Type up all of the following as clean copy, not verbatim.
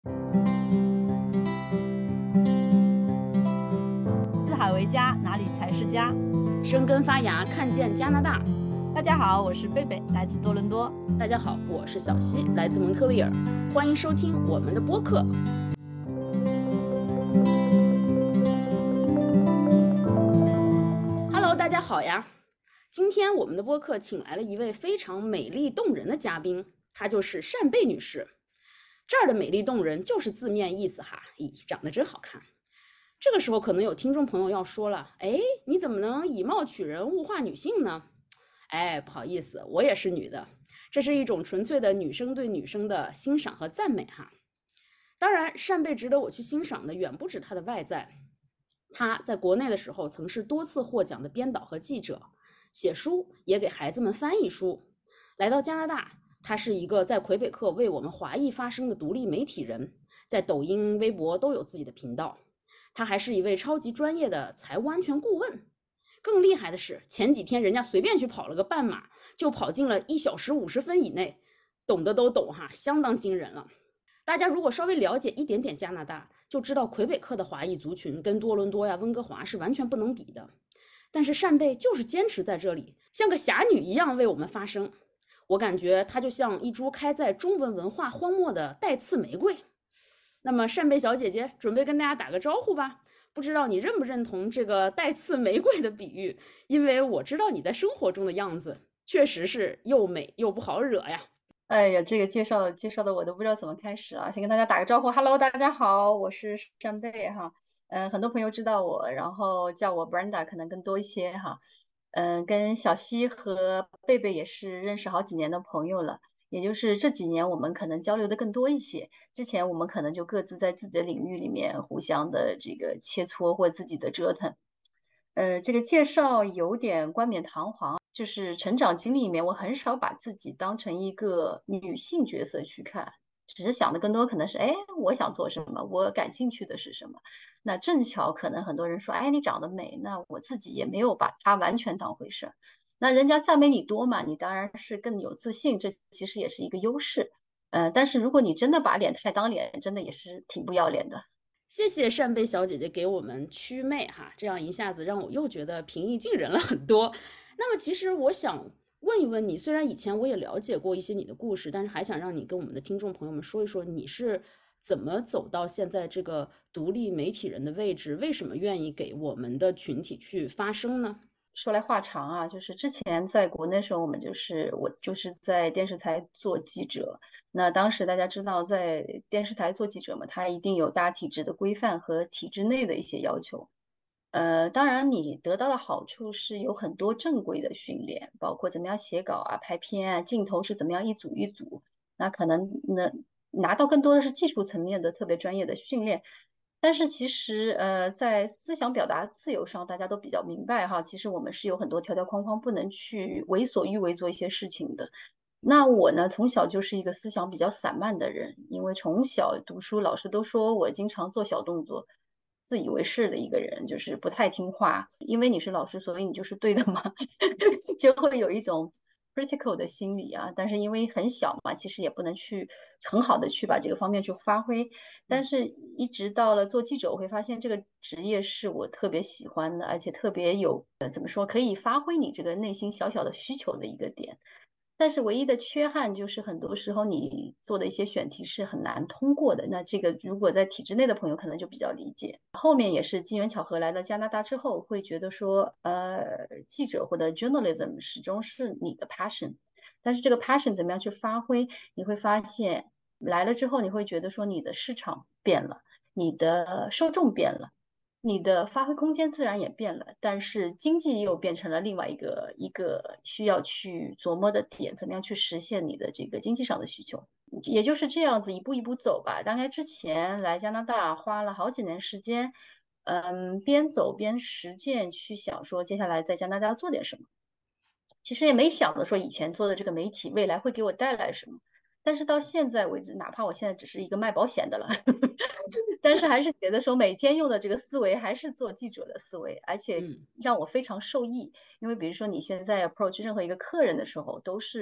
四海为家，哪里才是家？ 生根发芽，看见加拿大。 大家好，我是贝贝，来自多伦多。 大家好，我是小西，来自蒙特利尔。欢迎收听我们的播客。Hello， 大家好呀！今天我们的播客请来了一位非常美丽动人的嘉宾，她就是单贝女士。这儿的美丽动人就是字面意思哈，咦，长得真好看。这个时候可能有听众朋友要说了，哎，你怎么能以貌取人，物化女性呢？哎，不好意思，我也是女的，这是一种纯粹的女生对女生的欣赏和赞美哈。当然，单贝值得我去欣赏的远不止她的外在，她在国内的时候曾是多次获奖的编导和记者，写书也给孩子们翻译书。来到加拿大，她是一个在魁北克为我们华裔发声的独立媒体人，在抖音、微博都有自己的频道。他还是一位超级专业的财务安全顾问。更厉害的是，前几天人家随便去跑了个半马，就跑进了1小时50分以内，懂的都懂哈，相当惊人了。大家如果稍微了解一点点加拿大，就知道魁北克的华裔族群跟多伦多呀、温哥华是完全不能比的。但是单贝就是坚持在这里，像个侠女一样为我们发声。我感觉她就像一株开在中文文化荒漠的带刺玫瑰。那么单贝小姐姐准备跟大家打个招呼吧，不知道你认不认同这个带刺玫瑰的比喻？因为我知道你在生活中的样子确实是又美又不好惹呀。 哎呀，这个介绍的我都不知道怎么开始了。先跟大家打个招呼，Hello，大家好，我是单贝哈。很多朋友知道我，然后叫我 Brenda 可能更多一些哈。跟小西和贝贝也是认识好几年的朋友了，也就是这几年我们可能交流的更多一些。之前我们可能就各自在自己的领域里面互相的这个切磋或自己的折腾。这个介绍有点冠冕堂皇。就是成长经历里面，我很少把自己当成一个女性角色去看，只是想的更多可能是，哎，我想做什么，我感兴趣的是什么。那正巧可能很多人说，哎，你长得美，那我自己也没有把它完全当回事儿。那人家赞美你多嘛，你当然是更有自信，这其实也是一个优势。但是如果你真的把脸太当脸，真的也是挺不要脸的。 谢谢单贝小姐姐给我们祛魅哈，这样一下子让我又觉得平易近人了很多。那么其实我想问一问你，虽然以前我也了解过一些你的故事，但是还想让你跟我们的听众朋友们说一说，你是怎么走到现在这个独立媒体人的位置？为什么愿意给我们的群体去发声呢？ 说来话长啊，就是之前在国内的时候，我就是在电视台做记者。那当时大家知道，在电视台做记者嘛，他一定有大体制的规范和体制内的一些要求。当然你得到的好处是有很多正规的训练，包括怎么样写稿啊、拍片啊、镜头是怎么样一组一组。那可能拿到更多的是技术层面的特别专业的训练。但是其实，在思想表达自由上，大家都比较明白哈。其实我们是有很多条条框框，不能去为所欲为做一些事情的。那我呢，从小就是一个思想比较散漫的人，因为从小读书，老师都说我经常做小动作，自以为是的一个人，就是不太听话。因为你是老师，所以你就是对的嘛，就会有一种 critical 的心理啊。但是因为很小嘛，其实也不能去很好的去把这个方面去发挥。但是一直到了做记者，我会发现这个职业是我特别喜欢的，而且特别有怎么说，可以发挥你这个内心小小的需求的一个点。但是唯一的缺憾就是很多时候你做的一些选题是很难通过的。那这个如果在体制内的朋友可能就比较理解。后面也是机缘巧合来了加拿大之后，会觉得说，记者或者 journalism 始终是你的 passion，但是这个 passion 怎么样去发挥，你会发现来了之后，你会觉得说你的市场变了，你的受众变了。你的发挥空间自然也变了，但是经济又变成了另外一个需要去琢磨的点，怎么样去实现你的这个经济上的需求，也就是这样子一步一步走吧。大概之前来加拿大花了好几年时间，边走边实践，去想说接下来在加拿大做点什么。其实也没想着说以前做的这个媒体未来会给我带来什么，但是到现在为止，哪怕我现在只是一个卖保险的了，但是还是觉得说每天用的这个思维还是做记者的思维，而且让我非常受益。因为比如说你现在 approach 任何一个客人的时候，都是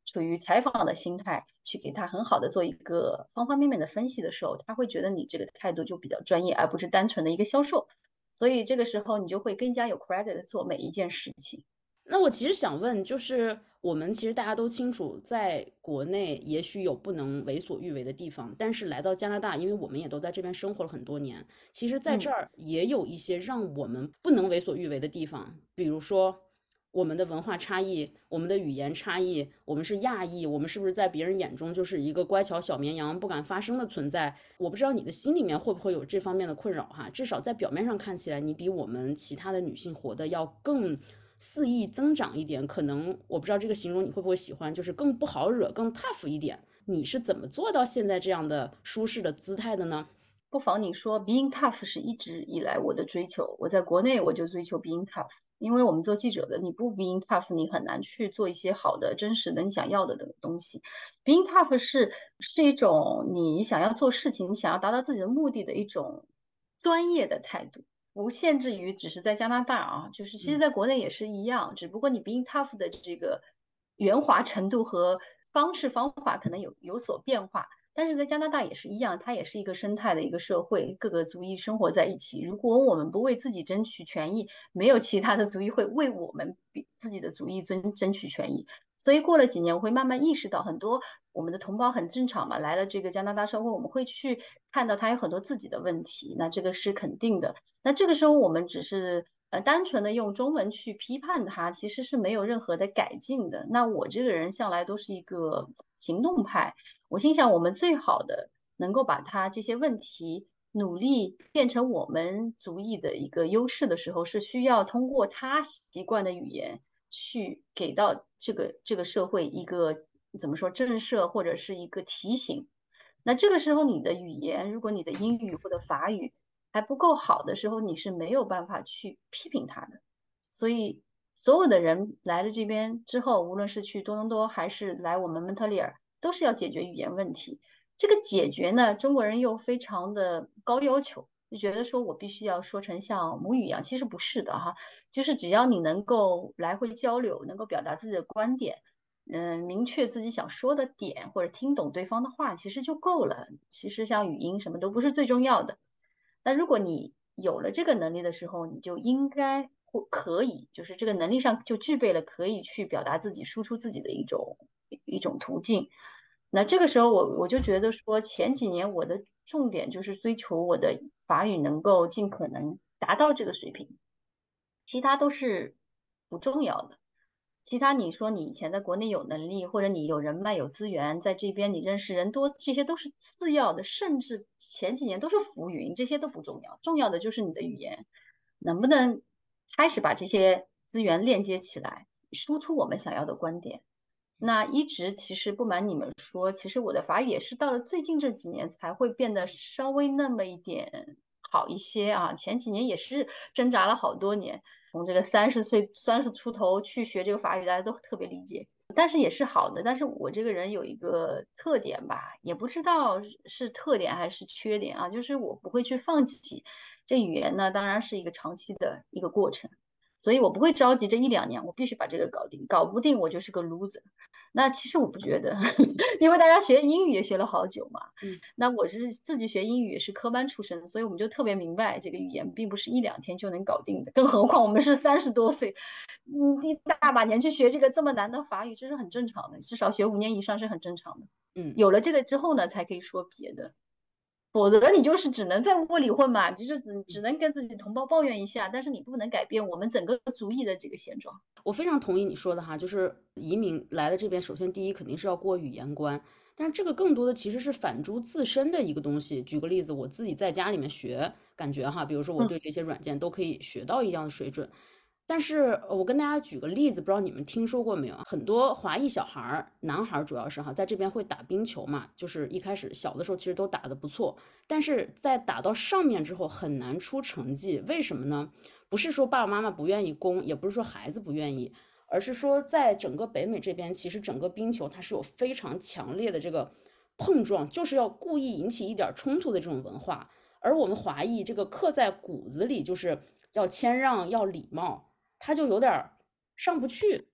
处于采访的心态去给他很好的做一个方方面面的分析的时候，他会觉得你这个态度就比较专业，而不是单纯的一个销售。所以这个时候你就会更加有 credit 的做每一件事情。 那我其实想问，就是我们其实大家都清楚，在国内也许有不能为所欲为的地方，但是来到加拿大，因为我们也都在这边生活了很多年，其实在这儿也有一些让我们不能为所欲为的地方，比如说我们的文化差异，我们的语言差异，我们是亚裔，我们是不是在别人眼中就是一个乖巧小绵羊，不敢发声的存在？我不知道你的心里面会不会有这方面的困扰哈，至少在表面上看起来，你比我们其他的女性活得要更肆意增长一点，可能我不知道这个形容你会不会喜欢，就是更不好惹，更 tough 一点。你是怎么做到现在这样的舒适的姿态的呢？ 不妨你说 being tough 是一直以来我的追求。我在国内我就追求 being tough，因为我们做记者的，你不 being tough，你很难去做一些好的、真实的你想要的东西。being tough 是一种你想要做事情、你想要达到自己的目的的一种专业的态度，不限制于只是在加拿大啊，就是其实在国内也是一样，只不过你 being tough 的这个圆滑程度和方法可能有所变化。但是在加拿大也是一样，它也是一个生态的一个社会，各个族裔生活在一起。如果我们不为自己争取权益，没有其他的族裔会为我们自己的族裔争取权益。所以过了几年，我会慢慢意识到，很多我们的同胞很正常嘛，来了这个加拿大社会，我们会去看到他有很多自己的问题，那这个是肯定的。那这个时候我们只是单纯的用中文去批判它，其实是没有任何的改进的。那我这个人向来都是一个行动派。我心想，我们最好的能够把它这些问题努力变成我们族裔的一个优势的时候，是需要通过他习惯的语言去给到这个社会一个怎么说震慑或者是一个提醒。那这个时候，你的语言，如果你的英语或者法语还不够好的时候，你是没有办法去批评他的。所以，所有的人来了这边之后，无论是去多伦多还是来我们蒙特利尔，都是要解决语言问题。这个解决呢，中国人又非常的高要求，就觉得说我必须要说成像母语一样，其实不是的哈，就是只要你能够来回交流，能够表达自己的观点，明确自己想说的点，或者听懂对方的话，其实就够了。其实像语音什么都不是最重要的。那如果你有了这个能力的时候，你就应该或可以，就是这个能力上就具备了可以去表达自己、输出自己的一种途径。那这个时候我就觉得说，前几年我的重点就是追求我的法语能够尽可能达到这个水平，其他都是不重要的。其他你说你以前在国内有能力，或者你有人脉、有资源，在这边你认识人多，这些都是次要的，甚至前几年都是浮云，这些都不重要。重要的就是你的语言能不能开始把这些资源链接起来，输出我们想要的观点。那一直其实不瞒你们说，其实我的法语也是到了最近这几年才会变得稍微那么一点好一些啊。前几年也是挣扎了好多年，从这个30岁30出头去学这个法语，大家都特别理解，但是也是好的。但是我这个人有一个特点吧，也不知道是特点还是缺点啊，就是我不会去放弃。这语言呢，当然是一个长期的一个过程。所以我不会着急这一两年，我必须把这个搞定，搞不定我就是个 loser。那其实我不觉得，因为大家学英语也学了好久嘛。那我是自己学英语也是科班出身，所以我们就特别明白这个语言并不是一两天就能搞定的，更何况我们是30多岁，一大把年去学这个这么难的法语，这是很正常的，至少学5年以上是很正常的。有了这个之后呢，才可以说别的。否则你就是只能在窝里混嘛，就是只能跟自己同胞抱怨一下，但是你不能改变我们整个族裔的这个现状。 我非常同意你说的哈，就是移民来了这边，首先第一肯定是要过语言关，但是这个更多的其实是反诸自身的一个东西。举个例子，我自己在家里面学，感觉哈，比如说我对这些软件都可以学到一样的水准。但是我跟大家举个例子，不知道你们听说过没有？很多华裔小孩儿，男孩儿主要是哈，在这边会打冰球嘛，就是一开始小的时候其实都打得不错，但是在打到上面之后很难出成绩，为什么呢？不是说爸爸妈妈不愿意供，也不是说孩子不愿意，而是说在整个北美这边，其实整个冰球它是有非常强烈的这个碰撞，就是要故意引起一点冲突的这种文化。而我们华裔这个刻在骨子里，就是要谦让，要礼貌，他就有点上不去。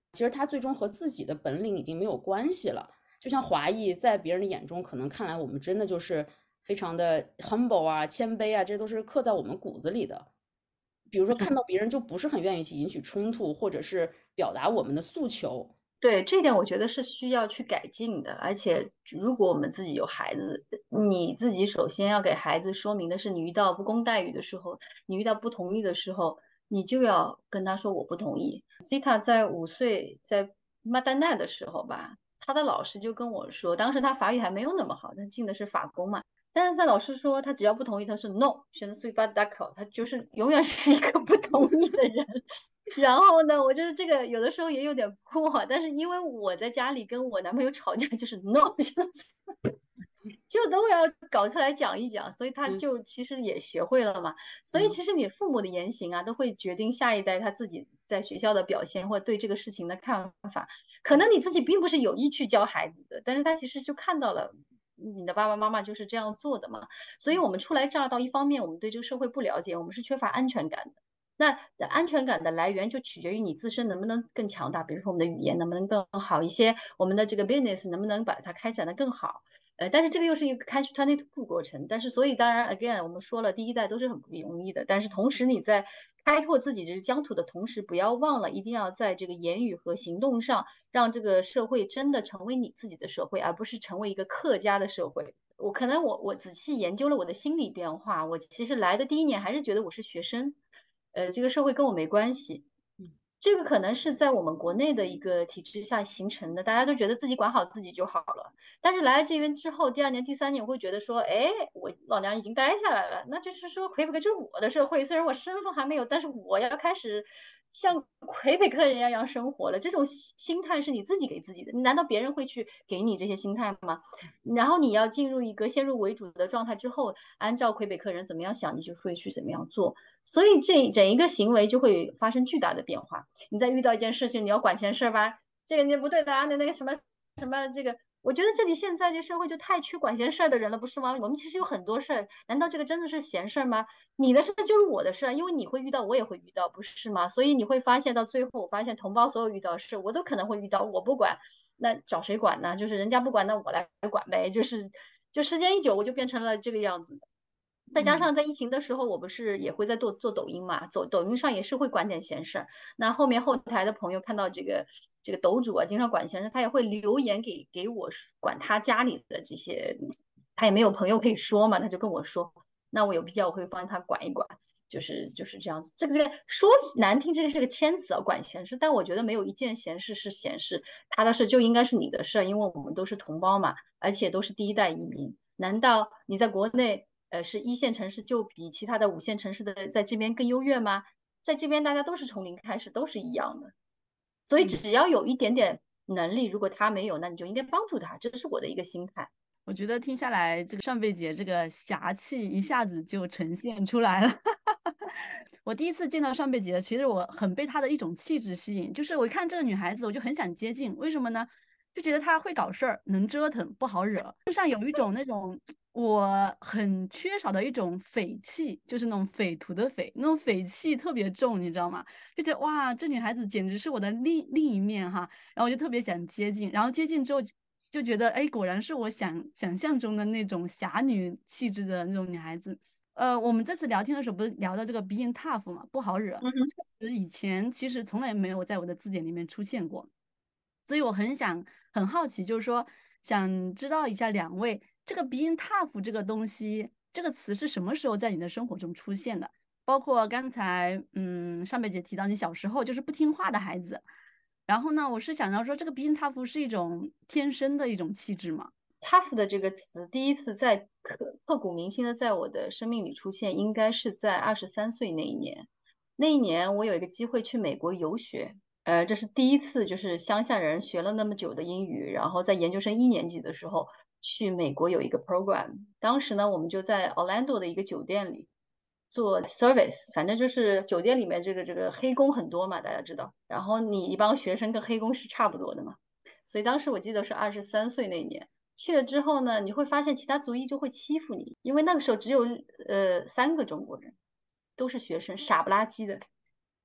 其实他最终和自己的本领已经没有关系了。就像华裔在别人的眼中，可能看来我们真的就是非常的 humble 啊、谦卑啊，这都是刻在我们骨子里的。比如说看到别人就不是很愿意去引起冲突，或者是表达我们的诉求。 对，这点我觉得是需要去改进的。而且，如果我们自己有孩子，你自己首先要给孩子说明的是，你遇到不公待遇的时候，你遇到不同意的时候，你就要跟他说我不同意。Sita 在5岁在马丹奈的时候吧，他的老师就跟我说，当时他法语还没有那么好，他进的是法工嘛。但是他老师说，他只要不同意，他说 no，选择 sweet but duck， 他就是永远是一个不同意的人。然后呢，我就是这个有的时候也有点过，但是因为我在家里跟我男朋友吵架，就是 no，就都要搞出来讲一讲，所以他就其实也学会了嘛。所以其实你父母的言行啊，都会决定下一代他自己在学校的表现或对这个事情的看法。可能你自己并不是有意去教孩子的，但是他其实就看到了。你的爸爸妈妈就是这样做的嘛，所以我们初来乍到，一方面我们对这个社会不了解，我们是缺乏安全感的。那安全感的来源就取决于你自身能不能更强大，比如说我们的语言能不能更好一些，我们的这个 business 能不能把它开展的更好。但是这个又是一个 catch-22 过程。但是所以当然 again 我们说了，第一代都是很不容易的。但是同时你在开拓自己这个疆土的同时，不要忘了一定要在这个言语和行动上，让这个社会真的成为你自己的社会，而不是成为一个客家的社会。我仔细研究了我的心理变化，我其实来的第一年还是觉得我是学生。这个社会跟我没关系。这个可能是在我们国内的一个体制下形成的，大家都觉得自己管好自己就好了。但是来了这边之后，第2年、第3年，我会觉得说，哎，我老娘已经待下来了，那就是说魁北克就是我的社会，虽然我身份还没有，但是我要开始像魁北克人一样生活了。这种心态是你自己给自己的，难道别人会去给你这些心态吗？然后你要进入一个先入为主的状态之后，按照魁北克人怎么样想，你就会去怎么样做。所以这整一个行为就会发生巨大的变化。你在遇到一件事情，你要管闲事吧，这个你不对的啊，那个什么什么这个，我觉得这里现在这社会就太缺管闲事的人了，不是吗？我们其实有很多事儿，难道这个真的是闲事吗？你的事就是我的事，因为你会遇到，我也会遇到，不是吗？所以你会发现到最后，我发现同胞所有遇到的事，我都可能会遇到，我不管，那找谁管呢？就是人家不管，那我来管呗。就时间一久，我就变成了这个样子。再加上在疫情的时候，我不是也会在做抖音嘛，抖音上也是会管点闲事儿。那后面后台的朋友看到这个抖主啊，经常管闲事，他也会留言给我管他家里的这些，他也没有朋友可以说嘛，他就跟我说，那我有必要我会帮他管一管。就是这样子，这个说难听，这个是个谦词啊，管闲事。但我觉得没有一件闲事是闲事，他的事就应该是你的事，因为我们都是同胞嘛，而且都是第一代移民。难道你在国内是1线城市就比其他的5线城市的在这边更优越吗？在这边大家都是从零开始，都是一样的。所以只要有一点点能力，如果他没有，那你就应该帮助他，这是我的一个心态。 我觉得听下来，这个上贝姐这个侠气一下子就呈现出来了。我第一次见到上贝姐，其实我很被她的一种气质吸引，就是我一看这个女孩子，我就很想接近。为什么呢？就觉得她会搞事儿，能折腾，不好惹，就像有一种那种我很缺少的一种匪气，就是那种匪徒的匪，那种匪气特别重，你知道吗？就觉得哇，这女孩子简直是我的另一面哈。然后我就特别想接近，然后接近之后就觉得，哎，果然是我想象中的那种侠女气质的那种女孩子。我们这次聊天的时候不是聊到这个 being tough 嘛，不好惹，以前其实从来没有在我的字典里面出现过，所以我很好奇，就是说想知道一下两位，这个 being tough 这个东西，这个词是什么时候在你的生活中出现的？包括刚才上贝姐提到你小时候就是不听话的孩子，然后呢，我是想要说这个 being tough 是一种天生的一种气质吗？ tough 的这个词第一次在刻骨铭心的在我的生命里出现，应该是在23岁那一年。那一年我有一个机会去美国游学，这是第一次，就是乡下人学了那么久的英语，然后在研究生1年级的时候去美国有一个 program。当时呢，我们就在 Orlando 的一个酒店里做 service，反正就是酒店里面这个黑工很多嘛，大家知道。然后你一帮学生跟黑工是差不多的嘛，所以当时我记得是23岁那一年。去了之后呢，你会发现其他族裔就会欺负你，因为那个时候只有3个中国人，都是学生，傻不拉几的，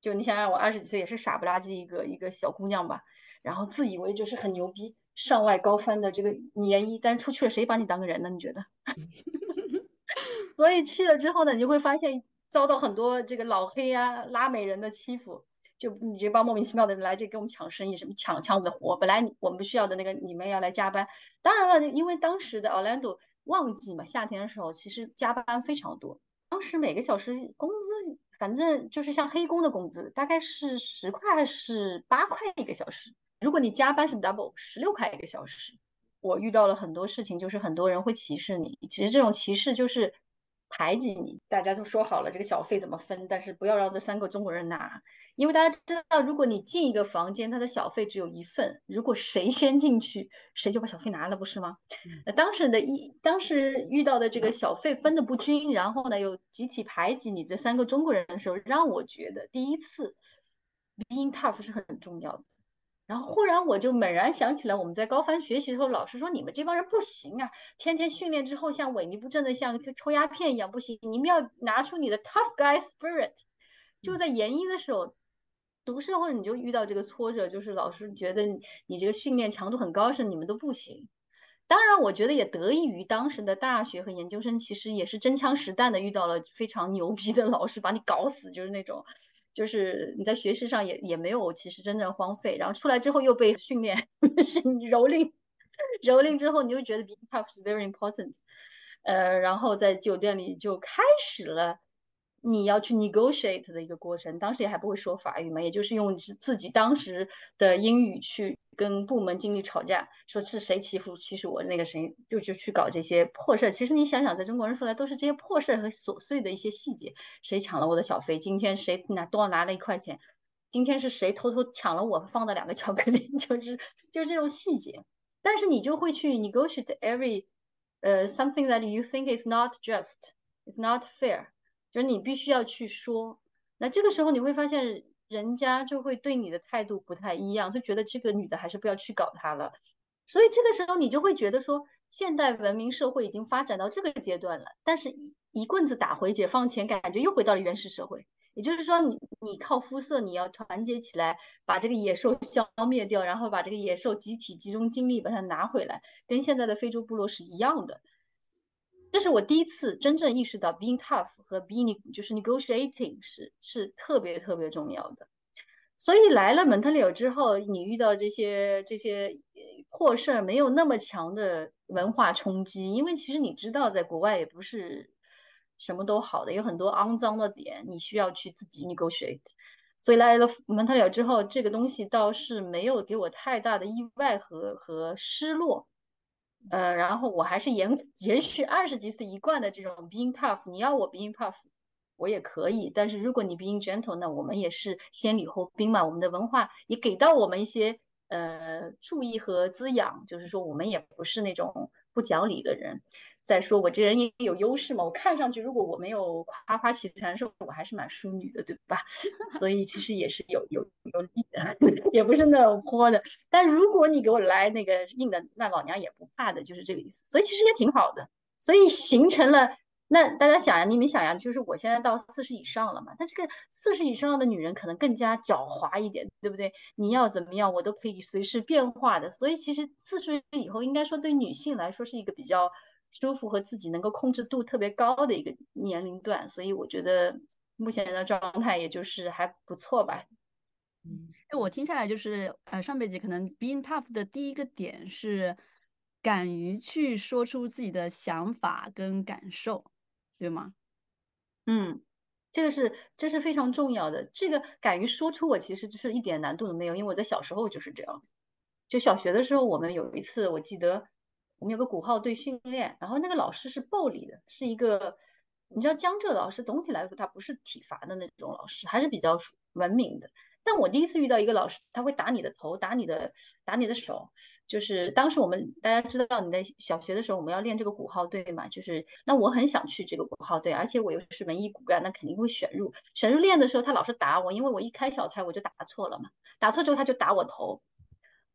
就你想想，我20几岁也是傻不拉几一个小姑娘吧，然后自以为就是很牛逼，上外高翻的这个研一，但出去了谁把你当个人呢？你觉得？所以去了之后呢，你就会发现遭到很多这个老黑啊、拉美人的欺负，就你这帮莫名其妙的人来这跟我们抢生意，什么抢我们的活，本来我们不需要的那个你们要来加班。当然了，因为当时的 Orlando 旺季嘛，夏天的时候其实加班非常多，当时每个小时工资反正就是像黑工的工资，大概是10块还是8块一个小时。如果你加班是 double，16块一个小时。我遇到了很多事情，就是很多人会歧视你。其实这种歧视就是排挤你。大家就说好了这个小费怎么分，但是不要让这3个中国人拿，因为大家知道，如果你进一个房间，它的小费只有1份，如果谁先进去，谁就把小费拿了，不是吗？当时遇到的这个小费分的不均，然后呢又集体排挤你这3个中国人的时候，让我觉得第一次 being tough 是很重要的。然后忽然我就猛然想起来，我们在高翻学习的时候，老师说你们这帮人不行啊，天天训练之后像萎靡不振的，像抽鸦片一样不行，你们要拿出你的 tough guy spirit。就在研一的时候，读时候你就遇到这个挫折，就是老师觉得你这个训练强度很高，是你们都不行。当然，我觉得也得益于当时的大学和研究生，其实也是真枪实弹的遇到了非常牛逼的老师，把你搞死，就是那种，就是你在学识上也没有其实真正荒废，然后出来之后又被训练蹂躏，蹂躏之后你就觉得 being tough is very important。然后在酒店里就开始了你要去 negotiate 的一个过程。当时也还不会说法语嘛，也就是用自己当时的英语去跟部门经理吵架，说是谁欺负我，那个谁就去搞这些破事。其实你想想，在中国人说来都是这些破事和琐碎的一些细节，谁抢了我的小费，今天谁多拿了1块钱，今天是谁偷偷抢了我放的2个巧克力，就是这种细节。但是你就会去 negotiate every something that you think is not just, is not fair，就是你必须要去说。那这个时候你会发现，人家就会对你的态度不太一样，就觉得这个女的还是不要去搞她了。所以这个时候你就会觉得说，现代文明社会已经发展到这个阶段了，但是一棍子打回解放前，感觉又回到了原始社会。也就是说你靠肤色，你要团结起来，把这个野兽消灭掉，然后把这个野兽集体集中精力把它拿回来，跟现在的非洲部落是一样的。这是我第一次真正意识到 being tough 和 being 就是 negotiating 是特别特别重要的。所以来了蒙特利尔之后，你遇到这些破事儿没有那么强的文化冲击，因为其实你知道，在国外也不是什么都好的，有很多肮脏的点，你需要去自己 negotiate。所以来了蒙特利尔之后，这个东西倒是没有给我太大的意外和失落。然后我还是延续20几岁一贯的这种 being tough，你要我 being tough，我也可以。但是如果你 being gentle，那我们也是先礼后兵嘛。我们的文化也给到我们一些注意和滋养，就是说我们也不是那种不讲理的人。再说我这人也有优势嘛，我看上去如果我没有夸夸其谈的时候，我还是蛮淑女的，对吧？所以其实也是有利的，也不是那种泼的。但如果你给我来那个硬的，那老娘也不怕的，就是这个意思。所以其实也挺好的，所以形成了。那大家想呀，你们想呀，就是我现在到40以上了嘛，但这个40以上的女人可能更加狡猾一点，对不对？你要怎么样，我都可以随时变化的。所以其实40以后，应该说对女性来说是一个比较舒服和自己能够控制度特别高的一个年龄段。所以我觉得目前的状态也就是还不错吧。 我听下来就是，上辈子可能 being tough 的第一个点是敢于去说出自己的想法跟感受，对吗？ 嗯，这是非常重要的。这个敢于说出，我其实是一点难度都没有，因为我在小时候就是这样子。就小学的时候，我们有一次我记得我们有个鼓号队训练，然后那个老师是暴力的，是一个你知道江浙老师总体来说他不是体罚的那种老师，还是比较文明的。但我第一次遇到一个老师，他会打你的头，打你的手。就是当时我们大家知道你在小学的时候，我们要练这个鼓号队嘛，就是那我很想去这个鼓号队，而且我又是文艺骨干，那肯定会选入。选入练的时候，他老是打我，因为我一开小差我就打错了嘛，打错之后他就打我头。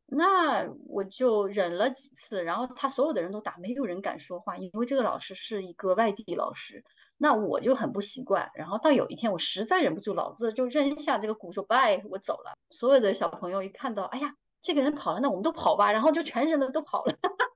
那我就忍了几次，然后他所有的人都打，没有人敢说话，因为这个老师是一个外地老师，那我就很不习惯。然后到有一天，我实在忍不住，老子就扔下这个鼓说拜，我走了。所有的小朋友一看到，哎呀，这个人跑了，那我们都跑吧，然后就全人都跑了。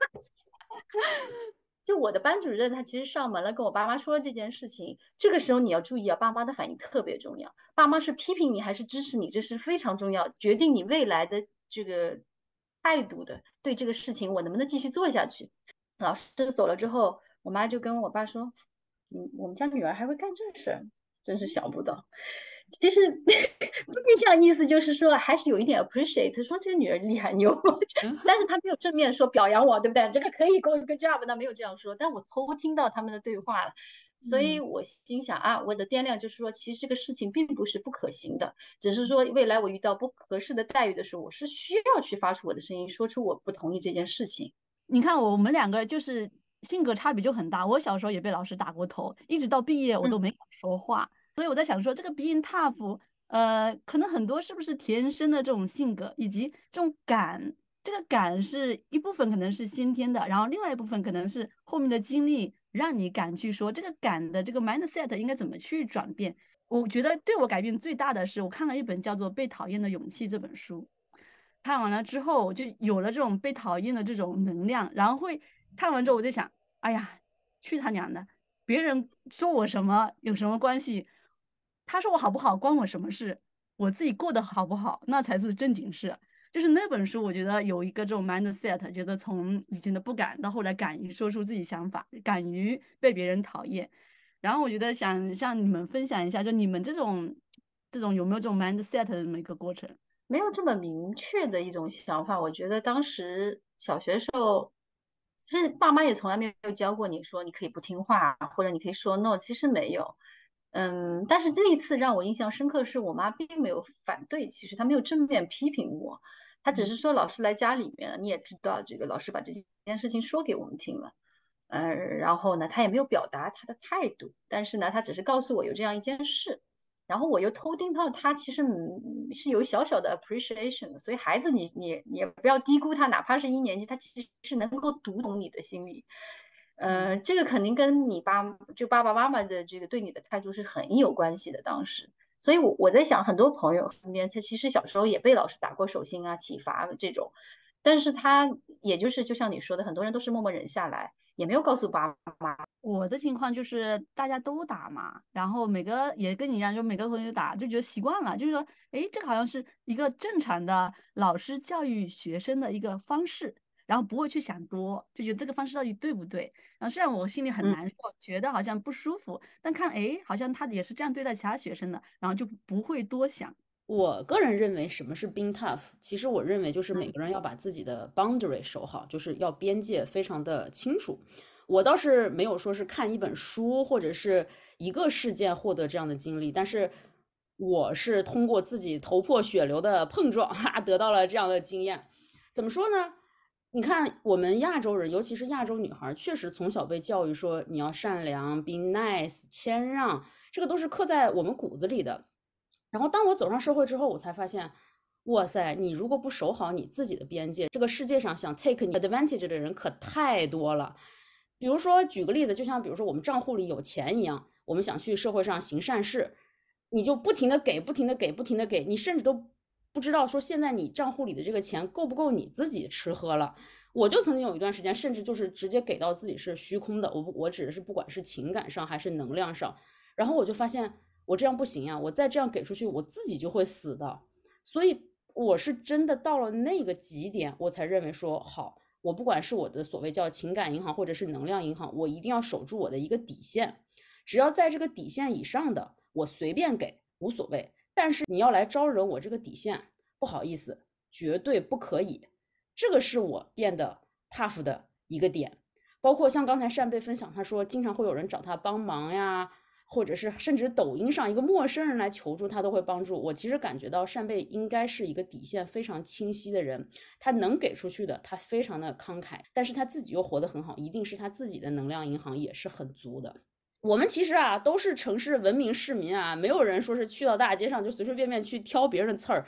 就我的班主任他其实上门了，跟我爸妈说了这件事情。这个时候你要注意啊，爸妈的反应特别重要。爸妈是批评你还是支持你，这是非常重要，决定你未来的这个态度的。对这个事情，我能不能继续做下去？老师走了之后，我妈就跟我爸说：我们家女儿还会干这事儿，真是想不到。”其实面向意思就是说，还是有一点 appreciate，说这个女儿厉害牛，但是他没有正面说表扬我，对不对？这个可以 go good job，那没有这样说，但我偷听到他们的对话了，所以我心想啊，我的掂量就是说，其实这个事情并不是不可行的，只是说未来我遇到不合适的待遇的时候，我是需要去发出我的声音，说出我不同意这件事情。 你看我们两个就是性格差别就很大。我小时候也被老师打过头，一直到毕业我都没敢说话。所以我在想说，这个 being tough，可能很多是不是天生的这种性格，以及这种敢，这个敢是一部分可能是先天的，然后另外一部分可能是后面的经历让你敢去说这个敢的这个 mindset 应该怎么去转变。我觉得对我改变最大的是，我看了一本叫做《被讨厌的勇气》这本书。看完了之后，我就有了这种被讨厌的这种能量，然后看完之后我就想，哎呀，去他娘的！别人说我什么有什么关系？他说我好不好关我什么事？我自己过得好不好，那才是正经事。就是那本书，我觉得有一个这种 mindset，觉得从以前的不敢到后来敢于说出自己想法，敢于被别人讨厌。然后我觉得想向你们分享一下，就你们这种有没有这种 mindset 的这么一个过程？ 没有这么明确的一种想法。我觉得当时小学的时候，其实爸妈也从来没有教过你说你可以不听话，或者你可以说 no，其实没有。但是这一次让我印象深刻的是，我妈并没有反对，其实她没有正面批评我，她只是说老师来家里面了，你也知道这个老师把这件事情说给我们听了。然后呢，她也没有表达她的态度，但是呢，她只是告诉我有这样一件事。然后我又偷听到他其实是有小小的 appreciation 的，所以孩子你也不要低估他，哪怕是1年级，他其实是能够读懂你的心理。这个肯定跟你爸爸妈妈的这个对你的态度是很有关系的。当时，所以我在想，很多朋友身边，他其实小时候也被老师打过手心啊、体罚这种，但是他也就是就像你说的，很多人都是默默忍下来，也没有告诉爸妈。 我的情况就是大家都打嘛，然后每个也跟你一样，就每个同学打，就觉得习惯了，就是说，诶，这个好像是一个正常的老师教育学生的一个方式，然后不会去想多，就觉得这个方式到底对不对。然后虽然我心里很难受，觉得好像不舒服，但看，诶，好像他也是这样对待其他学生的，然后就不会多想。 我个人认为，什么是 being tough？其实我认为就是每嗯个人要把自己的 boundary 守好，就是要边界非常的清楚。我倒是没有说是看一本书或者是一个事件获得这样的经历，但是我是通过自己头破血流的碰撞，哈，得到了这样的经验。怎么说呢？你看，我们亚洲人，尤其是亚洲女孩，确实从小被教育说你要善良、be nice、谦让，这个都是刻在我们骨子里的。然后当我走上社会之后，我才发现，哇塞，你如果不守好你自己的边界，这个世界上想 take 你 advantage 的人可太多了。比如说，举个例子，就像比如说我们账户里有钱一样，我们想去社会上行善事，你就不停的给，不停的给，不停的给，你甚至都不知道说现在你账户里的这个钱够不够你自己吃喝了。我就曾经有一段时间，甚至就是直接给到自己是虚空的，我指的是不管是情感上还是能量上，然后我就发现我这样不行呀，我再这样给出去，我自己就会死的。所以我是真的到了那个极点，我才认为说好，我不管是我的所谓叫情感银行或者是能量银行，我一定要守住我的一个底线，只要在这个底线以上的，我随便给无所谓。但是你要来招惹我这个底线，不好意思，绝对不可以。这个是我变得 tough 的一个点。包括像刚才扇贝分享，他说经常会有人找他帮忙呀，或者是甚至抖音上一个陌生人来求助，他都会帮助。我其实感觉到扇贝应该是一个底线非常清晰的人，他能给出去的，他非常的慷慨，但是他自己又活得很好，一定是他自己的能量银行也是很足的。我们其实啊都是城市文明市民啊，没有人说是去到大街上就随随便便去挑别人的刺儿。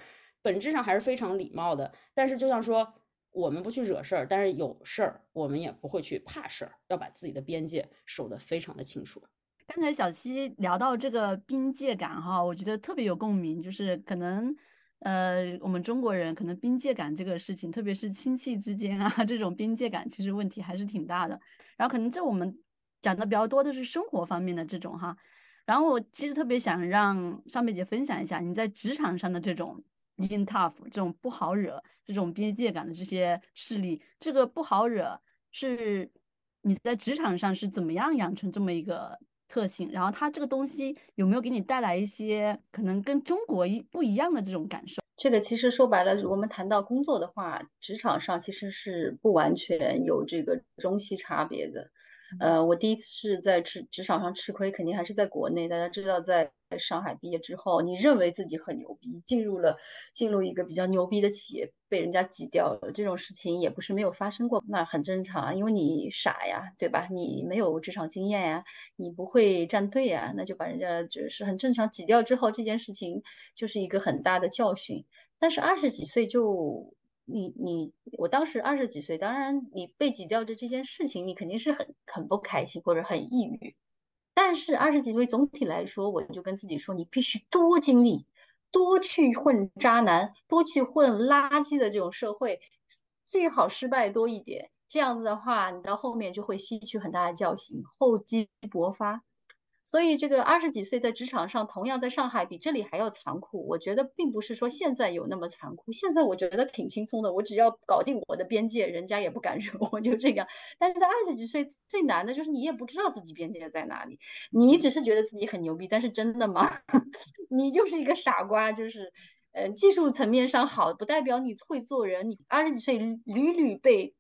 本质上还是非常礼貌的。但是就像说，我们不去惹事儿，但是有事儿我们也不会去怕事儿，要把自己的边界守得非常的清楚。 刚才小溪聊到这个边界感哈，我觉得特别有共鸣，就是可能我们中国人可能边界感这个事情，特别是亲戚之间啊，这种边界感其实问题还是挺大的。然后可能这我们讲的比较多的是生活方面的这种哈。然后我其实特别想让上贝姐分享一下你在职场上的这种 being tough 这种不好惹、这种边界感的这些事例。这个不好惹是你在职场上是怎么样养成这么一个特性？然后它这个东西有没有给你带来一些可能跟中国不一样的这种感受？ 这个其实说白了，我们谈到工作的话，职场上其实是不完全有这个中西差别的。我第一次是在职场上吃亏，肯定还是在国内。大家知道，在上海毕业之后，你认为自己很牛逼，进入一个比较牛逼的企业，被人家挤掉了，这种事情也不是没有发生过，那很正常啊，因为你傻呀，对吧？你没有职场经验呀，你不会站队呀，那就把人家就是很正常挤掉之后，这件事情就是一个很大的教训。但是20几岁就我当时20几岁，当然你被挤掉的这件事情，你肯定是很不开心或者很抑郁。但是20几岁总体来说，我就跟自己说，你必须多经历，多去混渣男，多去混垃圾的这种社会，最好失败多一点。这样子的话，你到后面就会吸取很大的教训，厚积薄发。所以这个20几岁在职场上，同样在上海比这里还要残酷。我觉得并不是说现在有那么残酷，现在我觉得挺轻松的，我只要搞定我的边界，人家也不敢惹我，就这样。但是在20几岁最难的就是你也不知道自己边界在哪里，你只是觉得自己很牛逼，但是真的吗？你就是一个傻瓜，就是技术层面上好，不代表你会做人。你20几岁屡屡被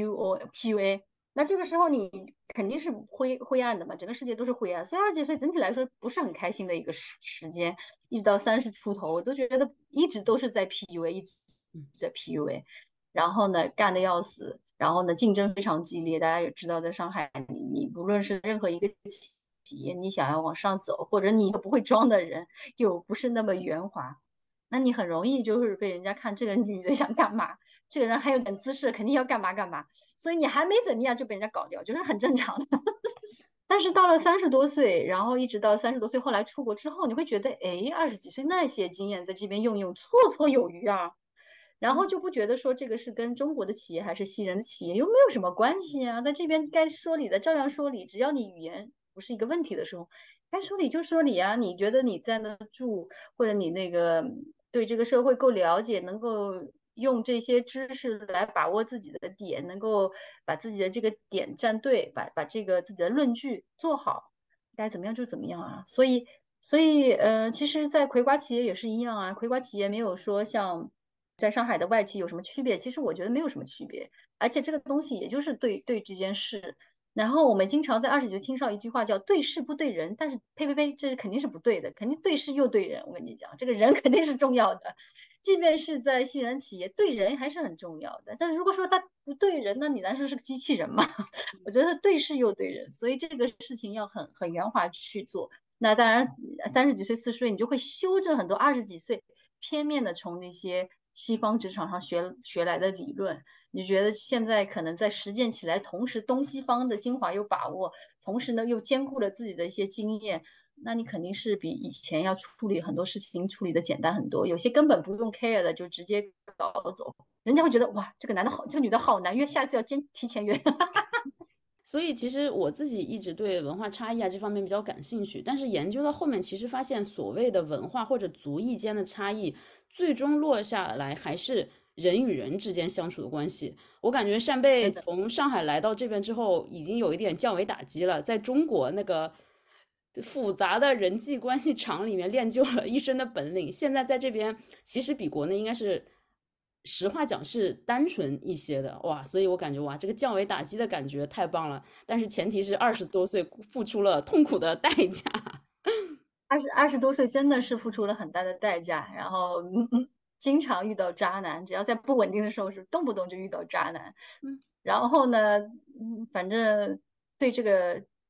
PUA，那这个时候你肯定是灰暗的嘛，整个世界都是灰暗。所以20几岁整体来说不是很开心的一个时间，一直到30出头，我都觉得一直都是在 PUA，一直在 PUA，然后呢干的要死，然后呢竞争非常激烈。大家也知道，在上海你不论是任何一个企业，你想要往上走，或者你一个不会装的人又不是那么圆滑，那你很容易就是被人家看这个女的想干嘛，这个人还有点姿势，肯定要干嘛干嘛。所以你还没怎么样就被人家搞掉，就是很正常的。但是到了30多岁，然后一直到30多岁，后来出国之后，你会觉得，哎，20几岁那些经验在这边用用，绰绰有余啊。然后就不觉得说这个是跟中国的企业还是西人的企业又没有什么关系啊，在这边该说理的照样说理，只要你语言不是一个问题的时候，该说理就说理啊。你觉得你在那住，或者你那个对这个社会够了解，能够用这些知识来把握自己的点，能够把自己的这个点站对，把这个自己的论据做好，该怎么样就怎么样啊。所以其实，在葵瓜企业也是一样啊。葵瓜企业没有说像在上海的外企有什么区别，其实我觉得没有什么区别。而且这个东西也就是对这件事。然后我们经常在20几岁听上一句话叫对事不对人，但是呸呸呸，这是肯定是不对的，肯定对事又对人。我跟你讲，这个人肯定是重要的，即便是在西人企业，对人还是很重要的。但是如果说他不对人，那你难说是个机器人吗？我觉得对事又对人，所以这个事情要很圆滑去做。那当然30几岁、40岁，你就会修正很多20几岁片面的从那些西方职场上学来的理论。你觉得现在可能在实践起来，同时东西方的精华又把握，同时呢又兼顾了自己的一些经验，那你肯定是比以前要处理很多事情处理的简单很多。有些根本不用 care 的，就直接搞走，人家会觉得哇，这个男的好，这个女的好难约，下次要提前约。 所以其实我自己一直对文化差异啊这方面比较感兴趣，但是研究到后面，其实发现所谓的文化或者族裔间的差异，最终落下来还是人与人之间相处的关系。我感觉扇贝从上海来到这边之后，已经有一点降维打击了，在中国那个复杂的人际关系场里面练就了一身的本领，现在在这边其实比国内应该是。实话讲是单纯一些的哇，所以我感觉哇，这个降维打击的感觉太棒了。但是前提是20多岁付出了痛苦的代价。 二十多岁真的是付出了很大的代价，然后经常遇到渣男，只要在不稳定的时候是动不动就遇到渣男。然后呢，反正对这个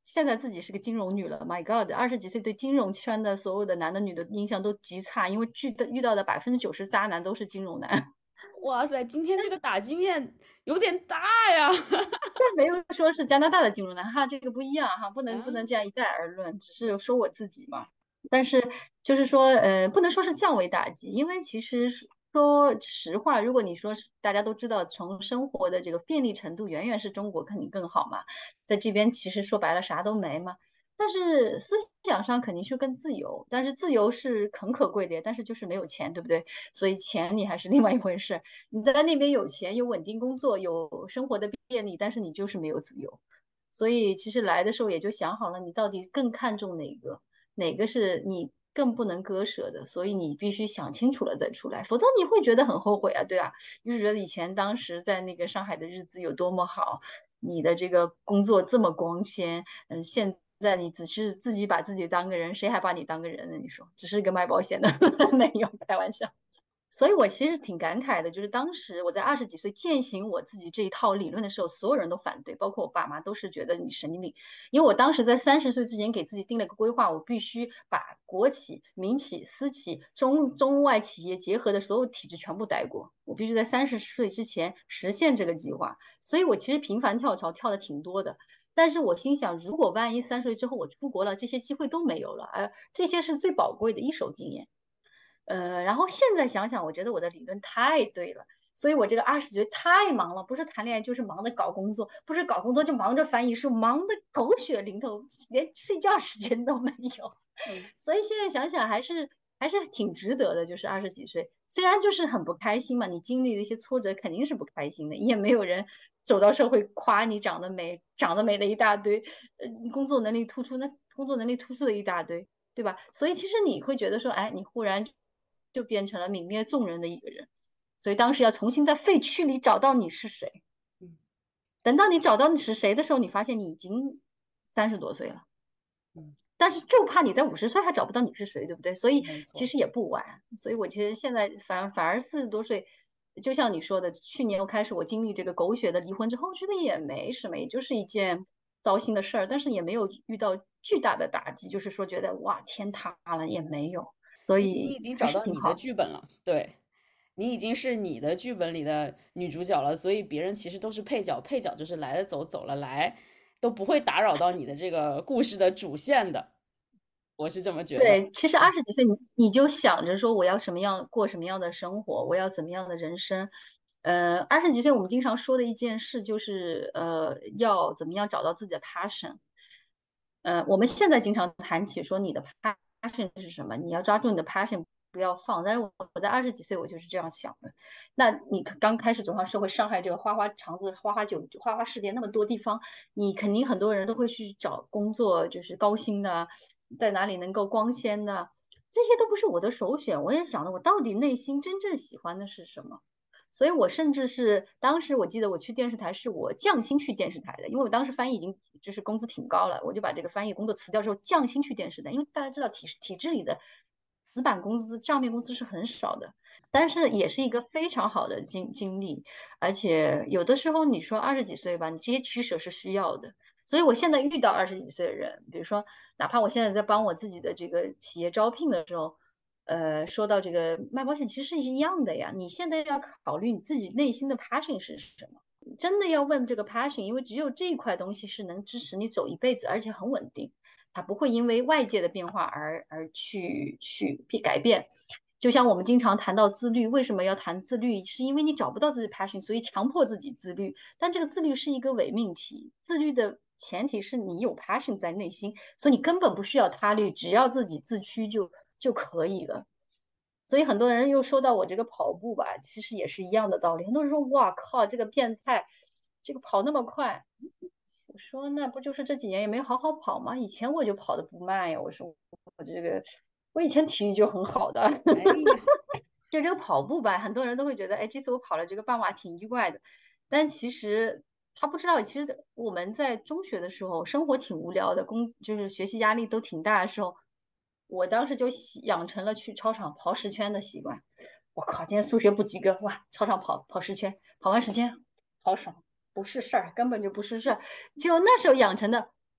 现在自己是个金融女了，My God，20几岁对金融圈的所有的男的女的印象都极差，因为遇到的90%渣男都是金融男。 哇塞，今天这个打击面有点大呀！ 但没有说是加拿大的金融男哈，这个不一样哈，不能啊这样一概而论，只是说我自己嘛。但是就是说，不能说是降维打击，因为其实说实话，如果你说是大家都知道，从生活的这个便利程度，远远是中国肯定更好嘛，在这边其实说白了啥都没嘛。但是思想上肯定是更自由，但是自由是很可贵的，但是就是没有钱，对不对？所以钱你还是另外一回事。你在那边有钱、有稳定工作、有生活的便利，但是你就是没有自由。所以其实来的时候也就想好了，你到底更看重哪个，哪个是你更不能割舍的，所以你必须想清楚了再出来，否则你会觉得很后悔啊，对啊，就是觉得以前当时在那个上海的日子有多么好，你的这个工作这么光鲜，现在你只是自己把自己当个人，谁还把你当个人呢？你说，只是一个卖保险的，没有开玩笑。所以我其实挺感慨的，就是当时我在20几岁践行我自己这一套理论的时候，所有人都反对，包括我爸妈都是觉得你神经病。因为我当时在30岁之前给自己定了个规划，我必须把国企、民企、私企、中外企业结合的所有体制全部待过，我必须在30岁之前实现这个计划。所以我其实频繁跳槽跳的挺多的。但是我心想，如果万一30岁之后我出国了，这些机会都没有了，这些是最宝贵的一手经验。然后现在想想，我觉得我的理论太对了，所以我这个20几岁太忙了，不是谈恋爱就是忙着搞工作，不是搞工作就忙着翻译书，忙得狗血淋头，连睡觉时间都没有。所以现在想想还是挺值得的，就是20几岁，虽然就是很不开心嘛，你经历了一些挫折，肯定是不开心的，也没有人走到社会夸你长得美，长得美的一大堆，工作能力突出，那工作能力突出的一大堆。对吧？所以其实你会觉得说，哎，你忽然就变成了泯灭众人的一个人，所以当时要重新在废墟里找到你是谁。 嗯等到你找到你是谁的时候，你发现你已经30多岁了。 嗯， 但是就怕你在50岁还找不到你是谁，对不对？所以没错。 其实也不晚。所以我其实现在反而40多岁，就像你说的，去年我开始我经历这个狗血的离婚之后，我觉得也没什么，也就是一件糟心的事儿，但是也没有遇到巨大的打击，就是说觉得哇天塌了也没有，所你以还已经找到你的是挺好。 剧本了，对，你已经是你的剧本里的女主角了，所以别人其实都是配角，配角就是来了走，走了来，都不会打扰到你的这个故事的主线的，我是这么觉得。 对，其实20几岁你就想着说我要什么样过什么样的生活，我要怎么样的人生。20几岁我们经常说的一件事就是要怎么样找到自己的 passion。我们现在经常谈起说你的 passion 是什么，你要抓住你的 passion，不要放。但是我在20几岁我就是这样想的。那你刚开始走上社会，上海这个花花肠子、花花酒、花花世界那么多地方，你肯定很多人都会去找工作，就是高薪的，在哪里能够光鲜的，这些都不是我的首选。我也想了，我到底内心真正喜欢的是什么？所以我甚至是当时我记得我去电视台是我降薪去电视台的，因为我当时翻译已经就是工资挺高了，我就把这个翻译工作辞掉之后降薪去电视台，因为大家知道体制里的死板工资、账面工资是很少的，但是也是一个非常好的经历，而且有的时候你说20几岁吧，你这些取舍是需要的。所以我现在遇到20几岁的人，比如说哪怕我现在在帮我自己的这个企业招聘的时候。说到这个卖保险，其实是一样的呀。你现在要考虑你自己内心的 passion 是什么，真的要问这个 passion，因为只有这一块东西是能支持你走一辈子，而且很稳定，它不会因为外界的变化而去改变。就像我们经常谈到自律，为什么要谈自律？是因为你找不到自己 passion，所以强迫自己自律。但这个自律是一个伪命题，自律的前提是你有 passion 在内心，所以你根本不需要他律，只要自己自驱就可以了。所以很多人又说到我这个跑步吧，其实也是一样的道理。很多人说：“哇靠，这个变态，这个跑那么快。”我说：“那不就是这几年也没好好跑吗？以前我就跑得不慢呀。”我说：“我这个，我以前体育就很好的。” 哎呀， 就这个跑步吧，很多人都会觉得，哎，这次我跑了这个半马挺意外的。但其实他不知道，其实我们在中学的时候，生活挺无聊的，就是学习压力都挺大的时候，我当时就养成了去操场跑10圈的习惯。我靠，今天数学不及格，哇，操场跑10圈，跑完10圈，好爽，不是事儿，根本就不是事儿。就那时候养成的，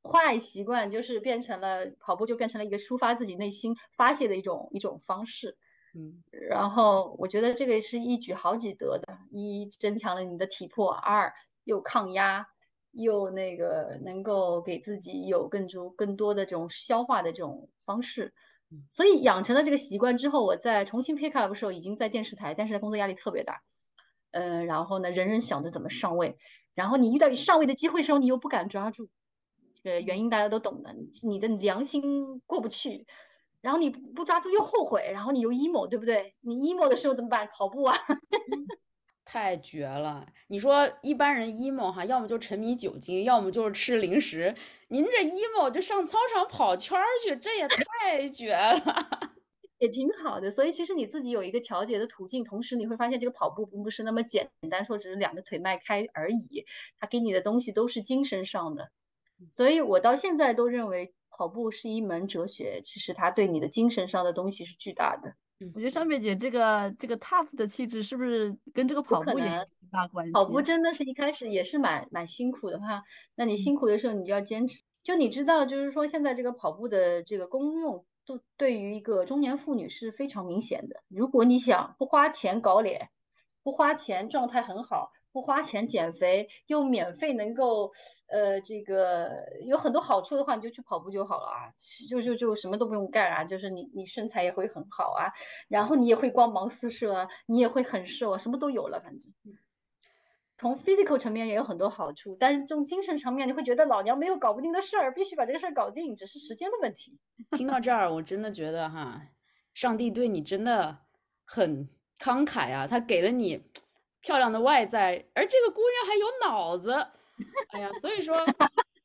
坏习惯就是变成了跑步，就变成了一个抒发自己内心发泄的一种方式。然后我觉得这个是一举好几得的：一增强了你的体魄，二又抗压，又那个能够给自己有更多的这种消化的这种方式。所以养成了这个习惯之后，我在重新 pick up 的时候，已经在电视台工作压力特别大。然后呢，人人想着怎么上位，然后你遇到上位的机会的时候，你又不敢抓住，这个原因大家都懂的，你的良心过不去，然后你不抓住又后悔，然后你又 emo，对不对？你 emo 的时候怎么办？跑步啊。 太绝了！你说一般人 emo 哈，要么就沉迷酒精，要么就是吃零食。您这 emo 就上操场跑圈儿去，这也太绝了！ 也挺好的，所以其实你自己有一个调节的途径，同时你会发现这个跑步并不是那么简单，说只是两个腿迈开而已，它给你的东西都是精神上的。所以我到现在都认为跑步是一门哲学，其实它对你的精神上的东西是巨大的。 我觉得尚贝姐这个 tough 的气质是不是跟这个跑步也有很大关跑步系？ 真的是一开始也是蛮辛苦的哈，那你辛苦的时候你就要坚持。就你知道，就是说现在这个跑步的这个功用，对于一个中年妇女是非常明显的。如果你想不花钱搞脸，不花钱状态很好，不花钱减肥，又免费能够这个有很多好处的话，你就去跑步就好了啊，就什么都不用干啊，就是你身材也会很好啊，然后你也会光芒四射啊，你也会很瘦啊，什么都有了，反正。从 physical 层面也有很多好处，但是这种精神层面，你会觉得老娘没有搞不定的事儿，必须把这个事儿搞定，只是时间的问题。 听到这儿，我真的觉得哈，上帝对你真的很慷慨啊！他给了你漂亮的外在，而这个姑娘还有脑子。哎呀，所以说，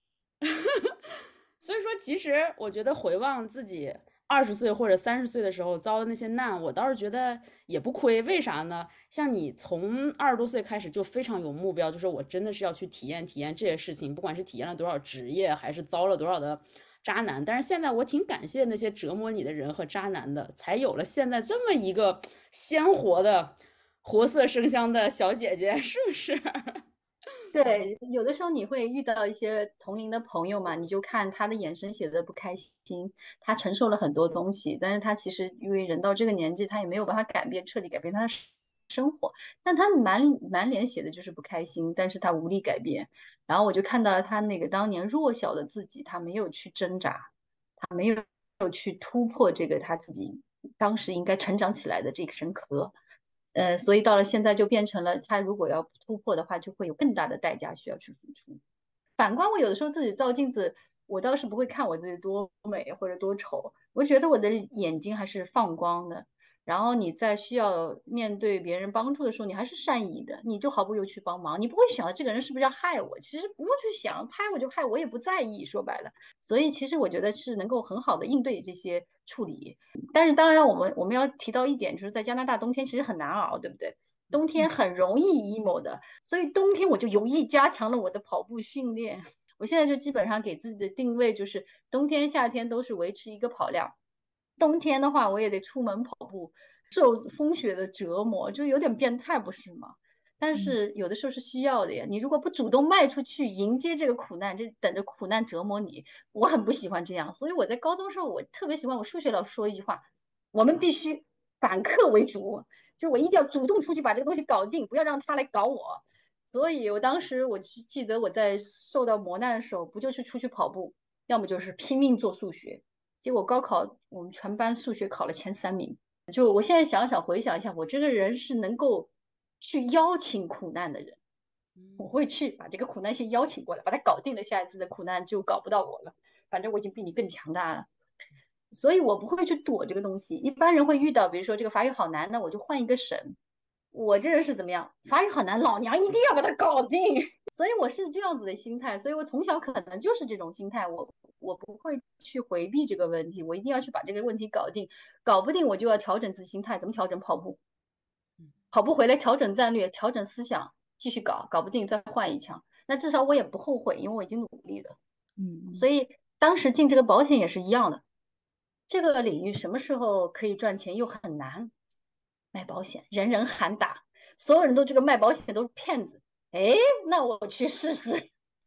所以说，其实我觉得回望自己20岁或者30岁的时候遭的那些难，我倒是觉得也不亏。为啥呢？像你从20多岁开始就非常有目标，就是我真的是要去体验体验这些事情，不管是体验了多少职业，还是遭了多少的渣男。但是现在我挺感谢那些折磨你的人和渣男的，才有了现在这么一个鲜活的、活色生香的小姐姐，是不是？ 对，有的时候你会遇到一些同龄的朋友嘛，你就看他的眼神写的不开心，他承受了很多东西，但是他其实因为人到这个年纪，他也没有办法彻底改变他的生活，但他满脸写的就是不开心，但是他无力改变。然后我就看到他那个当年弱小的自己，他没有去挣扎，没有去突破这个他自己当时应该成长起来的这层壳。所以到了现在就变成了，他如果要突破的话，就会有更大的代价需要去付出。反观我有的时候自己照镜子，我倒是不会看我自己多美或者多丑，我觉得我的眼睛还是放光的。然后你在需要面对别人帮助的时候，你还是善意的，你就毫不犹豫去帮忙，你不会想这个人是不是要害我，其实不用去想，拍我就拍，我也不在意。说白了，所以其实我觉得是能够很好的应对这些处理。但是当然，我们要提到一点，就是在加拿大冬天其实很难熬，对不对？冬天很容易 emo 的，所以冬天我就有意加强了我的跑步训练。我现在就基本上给自己的定位就是冬天、夏天都是维持一个跑量。冬天的话，我也得出门跑步，受风雪的折磨，就有点变态，不是吗？但是有的时候是需要的呀。你如果不主动迈出去迎接这个苦难，就等着苦难折磨你。我很不喜欢这样，所以我在高中时候，我特别喜欢我数学老师说一句话：我们必须反客为主，就我一定要主动出去把这个东西搞定，不要让他来搞我。所以我当时我记得我在受到磨难的时候，不就是出去跑步，要么就是拼命做数学。结果高考我们全班数学考了前3名。就我现在想想回想一下，我这个人是能够去邀请苦难的人，我会去把这个苦难先邀请过来，把它搞定了，下一次的苦难就搞不到我了。反正我已经比你更强大了，所以我不会去躲这个东西。一般人会遇到，比如说这个法语好难，那我就换一个省。我这人是怎么样？法语好难，老娘一定要把它搞定。所以我是这样子的心态，所以我从小可能就是这种心态，我不会去回避这个问题，我一定要去把这个问题搞定，搞不定我就要调整自己心态，怎么调整？跑步，跑步回来调整战略，调整思想，继续搞，搞不定再换一枪，那至少我也不后悔，因为我已经努力了。所以当时进这个保险也是一样的，这个领域什么时候可以赚钱又很难，卖保险人人喊打，所有人都这个卖保险都是骗子，哎，那我去试试。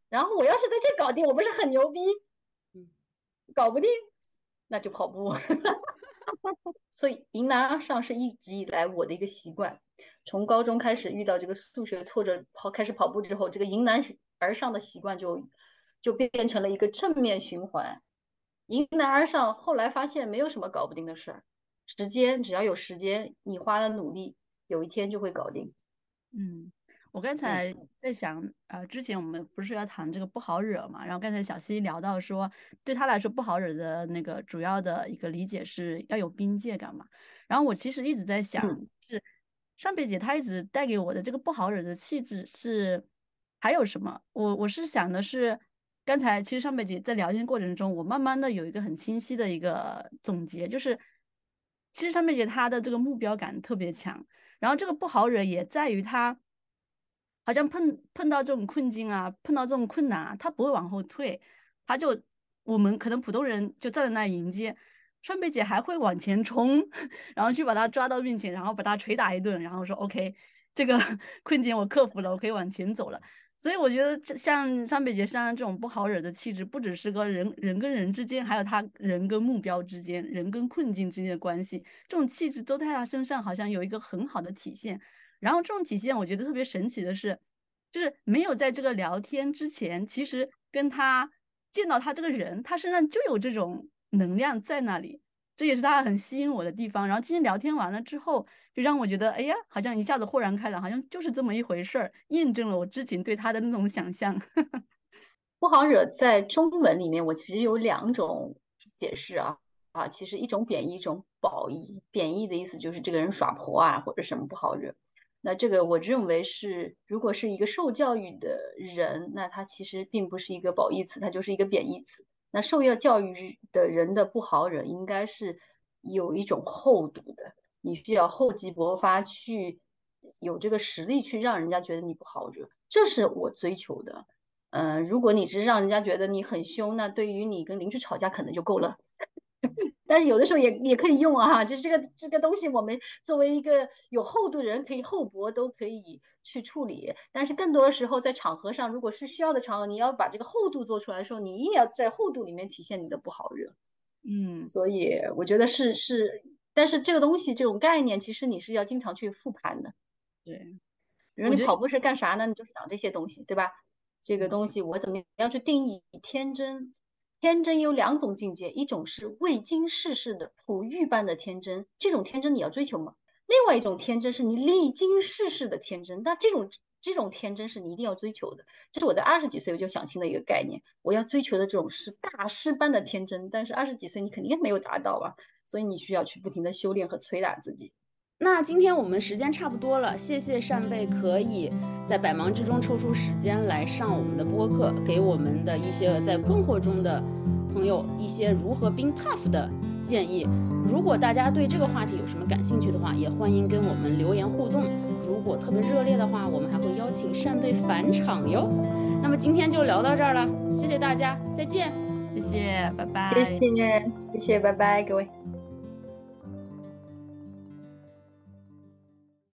然后我要是在这搞定，我不是很牛逼？搞不定，那就跑步。所以迎难而上是一直以来我的一个习惯。从高中开始遇到这个数学挫折，开始跑步之后，这个迎难而上的习惯就变成了一个正面循环。迎难而上，后来发现没有什么搞不定的事儿，时间只要有时间，你花了努力，有一天就会搞定。 我刚才在想，之前我们不是要谈这个不好惹嘛，然后刚才小溪聊到说，对他来说不好惹的那个主要的一个理解是要有边界感嘛。然后我其实一直在想，是上贝姐她一直带给我的这个不好惹的气质是还有什么？我是想的是，刚才其实上贝姐在聊天过程中，我慢慢的有一个很清晰的一个总结，就是其实上贝姐她的这个目标感特别强。然后这个不好惹也在于他好像碰到这种困境啊，碰到这种困难啊，他不会往后退，他就我们可能普通人就站在那迎接，川贝姐还会往前冲，然后去把他抓到面前，然后把他捶打一顿，然后说 OK，这个困境我克服了，我可以往前走了。所以我觉得像上北杰身上这种不好惹的气质，不只是个人跟人之间，还有他人跟目标之间、人跟困境之间的关系，这种气质都在他身上好像有一个很好的体现。然后这种体现，我觉得特别神奇的是，就是没有在这个聊天之前，其实跟他见到他这个人，他身上就有这种能量在那里。这也是他很吸引我的地方。然后今天聊天完了之后，就让我觉得，哎呀，好像一下子豁然开朗，好像就是这么一回事儿，验证了我之前对他的那种想象。 不好惹在中文里面，我其实有两种解释其实一种贬义，一种褒义。贬义的意思就是这个人耍泼啊，或者什么不好惹。那这个我认为是，如果是一个受教育的人，那他其实并不是一个褒义词，它就是一个贬义词。那受要教育的人的不好惹，应该是有一种厚度的，你需要厚积薄发，去有这个实力去让人家觉得你不好惹，这是我追求的。如果你是让人家觉得你很凶，那对于你跟邻居吵架可能就够了。但是有的时候也可以用就是这个东西，我们作为一个有厚度的人，可以厚薄都可以去处理。但是更多的时候，在场合上，如果是需要的场合，你要把这个厚度做出来的时候，你也要在厚度里面体现你的不好惹。所以我觉得是，但是这个东西这种概念，其实你是要经常去复盘的。 对， 比如你跑步是干啥呢？你就想这些东西，对吧？这个东西我怎么样去定义天真？天真有两种境界，一种是未经世事的璞玉般的天真，这种天真你要追求吗？另外一种天真是你历经世事的天真，那这种天真是你一定要追求的。这是我在20几岁我就想清的一个概念，我要追求的这种是大师般的天真，但是20几岁你肯定没有达到啊，所以你需要去不停的修炼和捶打自己。 那今天我们时间差不多了，谢谢扇贝可以在百忙之中抽出时间来上我们的播客，给我们的一些在困惑中的朋友一些如何 being tough 的建议。如果大家对这个话题有什么感兴趣的话，也欢迎跟我们留言互动。如果特别热烈的话，我们还会邀请扇贝返场哟。那么今天就聊到这儿了，谢谢大家，再见。 谢谢，拜拜。 谢谢，拜拜，各位。